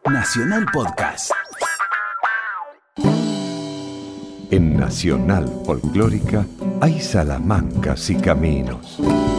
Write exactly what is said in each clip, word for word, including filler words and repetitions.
Nacional Podcast. En Nacional Folclórica hay salamancas y caminos.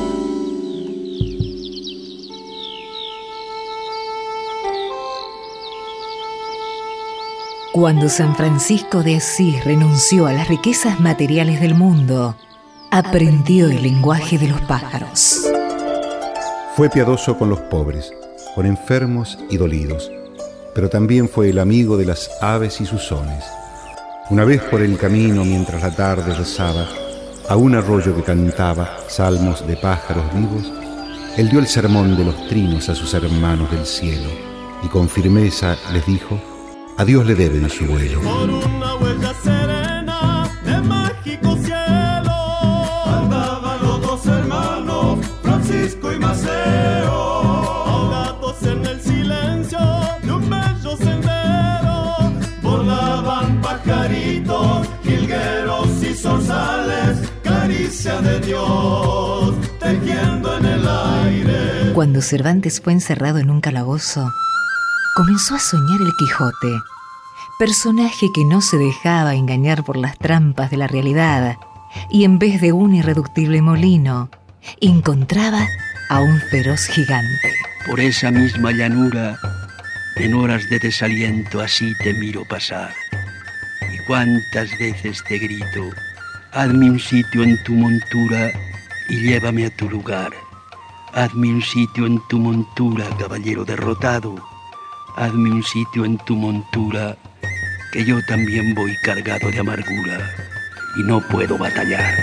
Cuando San Francisco de Asís renunció a las riquezas materiales del mundo, aprendió el lenguaje de los pájaros. Fue piadoso con los pobres, con enfermos y dolidos, pero también fue el amigo de las aves y sus sones. Una vez por el camino, mientras la tarde rezaba, a un arroyo que cantaba salmos de pájaros vivos, él dio el sermón de los trinos a sus hermanos del cielo y con firmeza les dijo: a Dios le deben su vuelo. Por una huella serena de mágico cielo andaban los dos hermanos, Francisco y Maceo, ahogados en el silencio de un bello sendero. Volaban pajaritos, jilgueros y zorzales, caricia de Dios, tejiendo en el aire. Cuando Cervantes fue encerrado en un calabozo, comenzó a soñar el Quijote, personaje que no se dejaba engañar por las trampas de la realidad y en vez de un irreductible molino, encontraba a un feroz gigante. Por esa misma llanura, en horas de desaliento así te miro pasar. Y cuántas veces te grito: hazme un sitio en tu montura y llévame a tu lugar. Hazme un sitio en tu montura, caballero derrotado. Hazme un sitio en tu montura, que yo también voy cargado de amargura y no puedo batallar.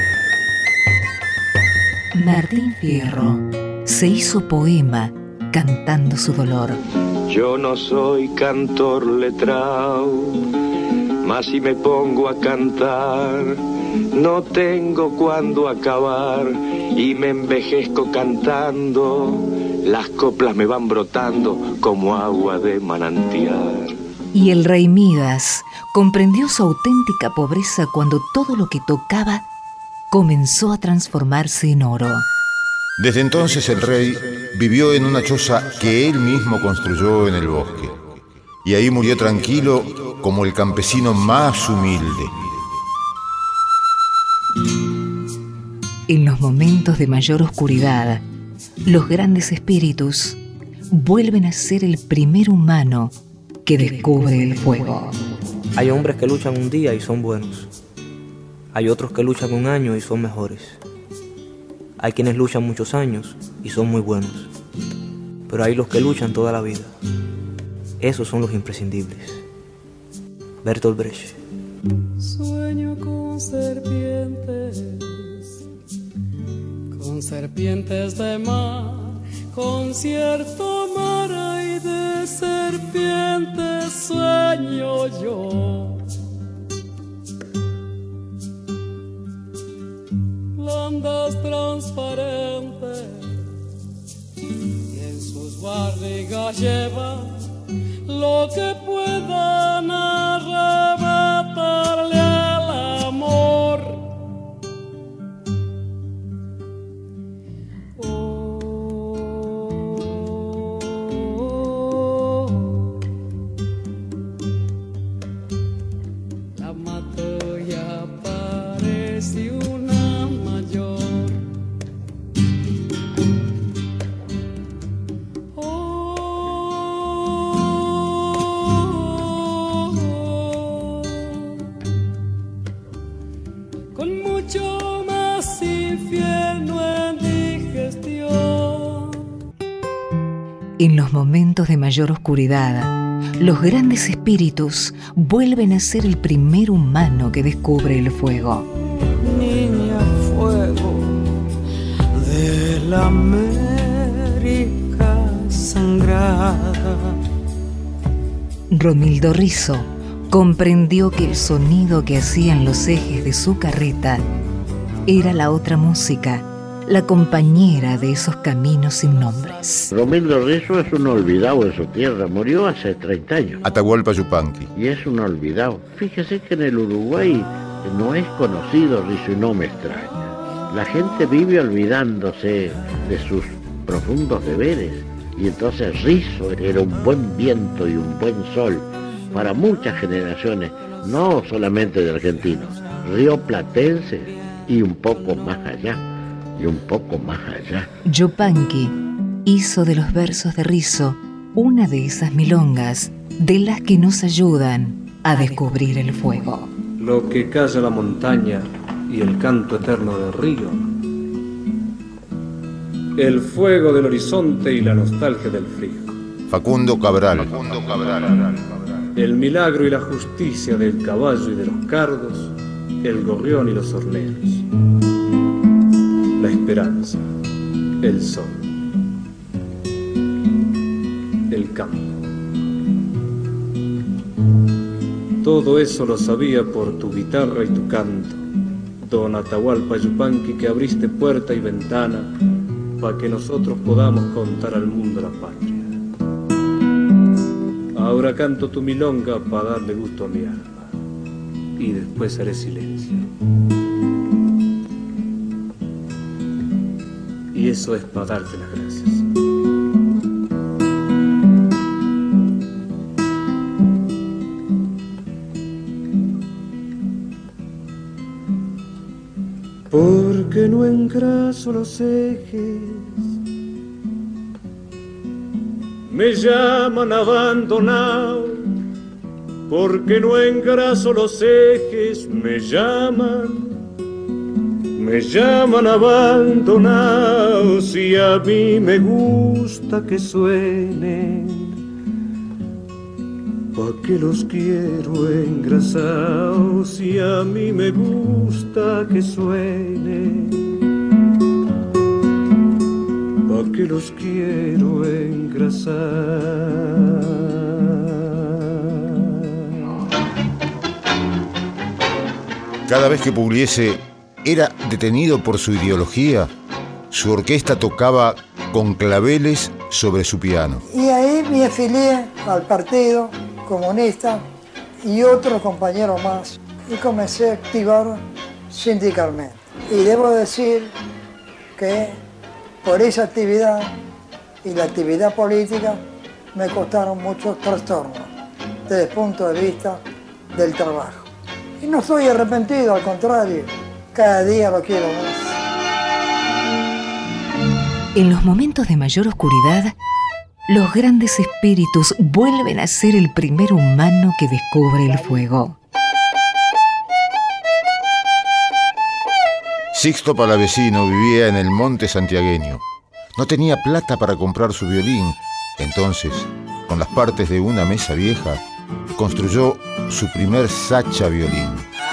Martín Fierro se hizo poema cantando su dolor. Yo no soy cantor letrao, mas si me pongo a cantar, no tengo cuándo acabar y me envejezco cantando. Las coplas me van brotando como agua de manantial. Y el rey Midas comprendió su auténtica pobreza cuando todo lo que tocaba comenzó a transformarse en oro. Desde entonces el rey vivió en una choza que él mismo construyó en el bosque. Y ahí murió tranquilo como el campesino más humilde. En los momentos de mayor oscuridad, los grandes espíritus vuelven a ser el primer humano que descubre el fuego. Hay hombres que luchan un día y son buenos. Hay otros que luchan un año y son mejores. Hay quienes luchan muchos años y son muy buenos. Pero hay los que luchan toda la vida. Esos son los imprescindibles. Bertolt Brecht. Sueño con serpientes, con serpientes de mar, con cierto mar y de serpientes sueño yo. Landas transparentes y en sus barrigas llevan lo que puedan arrebatarle al amor. En los momentos de mayor oscuridad, los grandes espíritus vuelven a ser el primer humano que descubre el fuego. Niña fuego de la América sangrada. Romildo Rizzo comprendió que el sonido que hacían los ejes de su carreta era la otra música, la compañera de esos caminos sin nombres. Romildo Rizzo es un olvidado de su tierra, murió hace treinta años. Atahualpa Yupanqui. Y es un olvidado. Fíjese que en el Uruguay no es conocido Rizzo y no me extraña. La gente vive olvidándose de sus profundos deberes Y entonces Rizo era un buen viento y un buen sol para muchas generaciones, no solamente de argentinos, rioplatenses y un poco más allá, y un poco más allá. Yupanqui hizo de los versos de Rizo una de esas milongas de las que nos ayudan a descubrir el fuego. Lo que calla la montaña y el canto eterno del río, el fuego del horizonte y la nostalgia del frío. Facundo Cabral. Facundo Cabral. El milagro y la justicia del caballo y de los cardos, el gorrión y los horneros. La esperanza, el sol, el campo. Todo eso lo sabía por tu guitarra y tu canto, don Atahualpa Yupanqui, que abriste puerta y ventana para que nosotros podamos contar al mundo la patria. Ahora canto tu milonga para darle gusto a mi alma y después haré silencio. Y eso es para darte las gracias. Porque no engraso los ejes, me llaman abandonado. Porque no engraso los ejes, me llaman, me llaman abandonado. Si a mí me gusta que suenen, ¿pa' qué los quiero engrasados? Si a mí me gusta que suenen, ¿pa' qué los quiero engrasar? Cada vez que Pugliese era detenido por su ideología, su orquesta tocaba con claveles sobre su piano. Y ahí me afilié al Partido Comunista y otros compañeros más y comencé a activar sindicalmente. Y debo decir que por esa actividad y la actividad política me costaron muchos trastornos desde el punto de vista del trabajo. Y no estoy arrepentido, al contrario, cada día lo quiero más. En los momentos de mayor oscuridad, los grandes espíritus vuelven a ser el primer humano que descubre el fuego. Sixto Palavecino vivía en el monte santiagueño. No tenía plata para comprar su violín. Entonces, con las partes de una mesa vieja, construyó su primer sacha violín.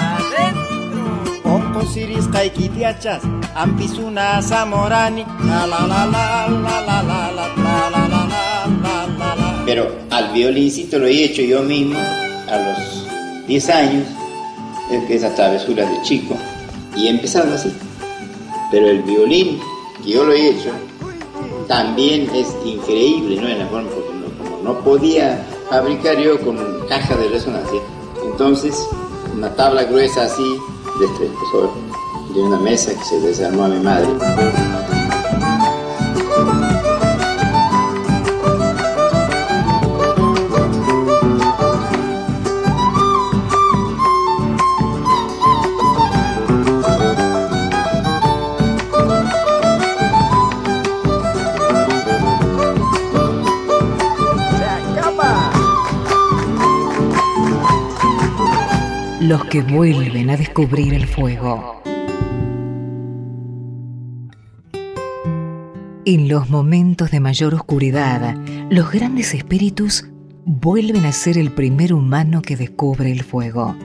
Pero al violincito lo he hecho yo mismo a los diez años, es que esas travesuras de chico, y he empezado así. Pero el violín que yo lo he hecho también es increíble, ¿no? En la forma, porque no, como no podía fabricar yo con caja de resonancia, entonces una tabla gruesa así de este espesor de una mesa que se desarmó a mi madre. Los que vuelven a descubrir el fuego. En los momentos de mayor oscuridad, los grandes espíritus vuelven a ser el primer humano que descubre el fuego.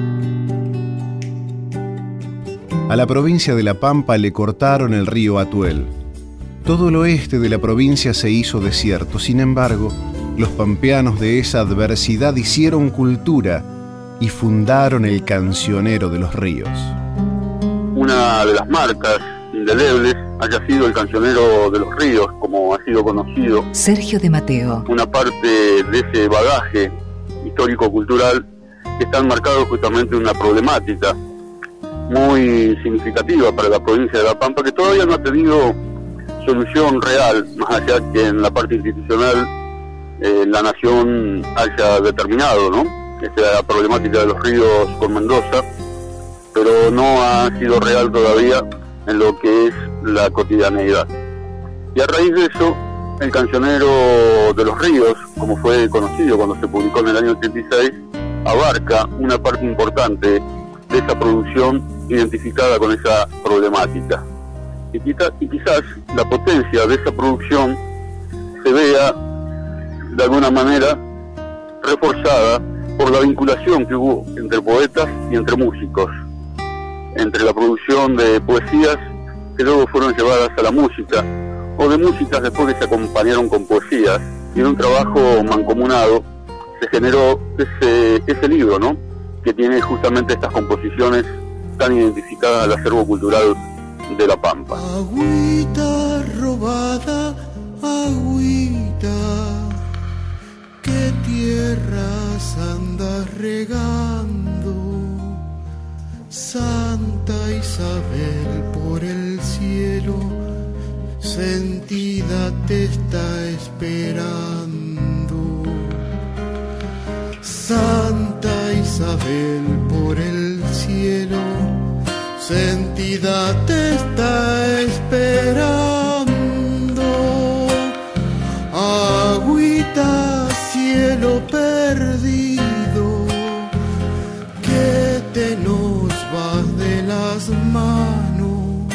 A la provincia de La Pampa le cortaron el río Atuel. Todo el oeste de la provincia se hizo desierto. Sin embargo, los pampeanos de esa adversidad hicieron cultura y fundaron el Cancionero de los Ríos. Una de las marcas indelebles haya sido el Cancionero de los Ríos, como ha sido conocido. Sergio de Mateo. Una parte de ese bagaje histórico-cultural que está enmarcado justamente en una problemática muy significativa para la provincia de La Pampa, que todavía no ha tenido solución real, más allá que en la parte institucional eh, la nación haya determinado, ¿no?, esta es la problemática de los ríos con Mendoza, pero no ha sido real todavía en lo que es la cotidianeidad. Y a raíz de eso, el cancionero de los ríos, como fue conocido cuando se publicó en el año ochenta y seis, abarca una parte importante de esa producción identificada con esa problemática. Y, quizá, y quizás la potencia de esa producción se vea de alguna manera reforzada por la vinculación que hubo entre poetas y entre músicos, entre la producción de poesías que luego fueron llevadas a la música, o de músicas después que se acompañaron con poesías, y en un trabajo mancomunado se generó ese, ese libro, ¿no?, que tiene justamente estas composiciones tan identificadas al acervo cultural de La Pampa. Agüita robada, agüita, ¿qué tierras andas regando? Santa Isabel por el cielo, sentida te está esperando. Santa Isabel por el cielo, sentida te está esperando. Agüita, cielo perdido, que te nos vas de las manos.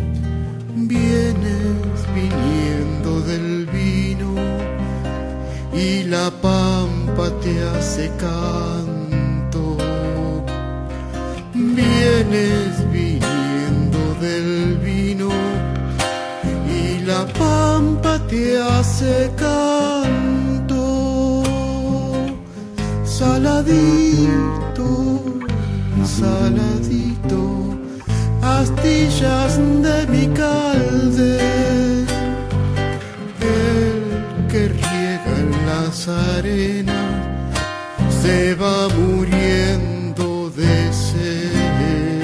Vienes viniendo del vino y la pampa te hace canto. Vienes viniendo del vino y la pampa te hace canto. Saladito, saladito, astillas de mi calde, el que riega en las arenas se va muriendo de sed.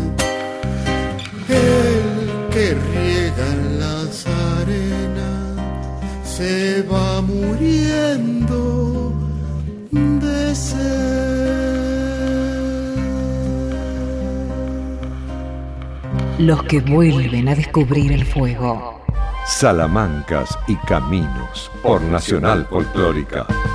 El que riega en las arenas se va muriendo de sed. Los que vuelven a descubrir el fuego. Salamancas y Caminos por Nacional Folclórica.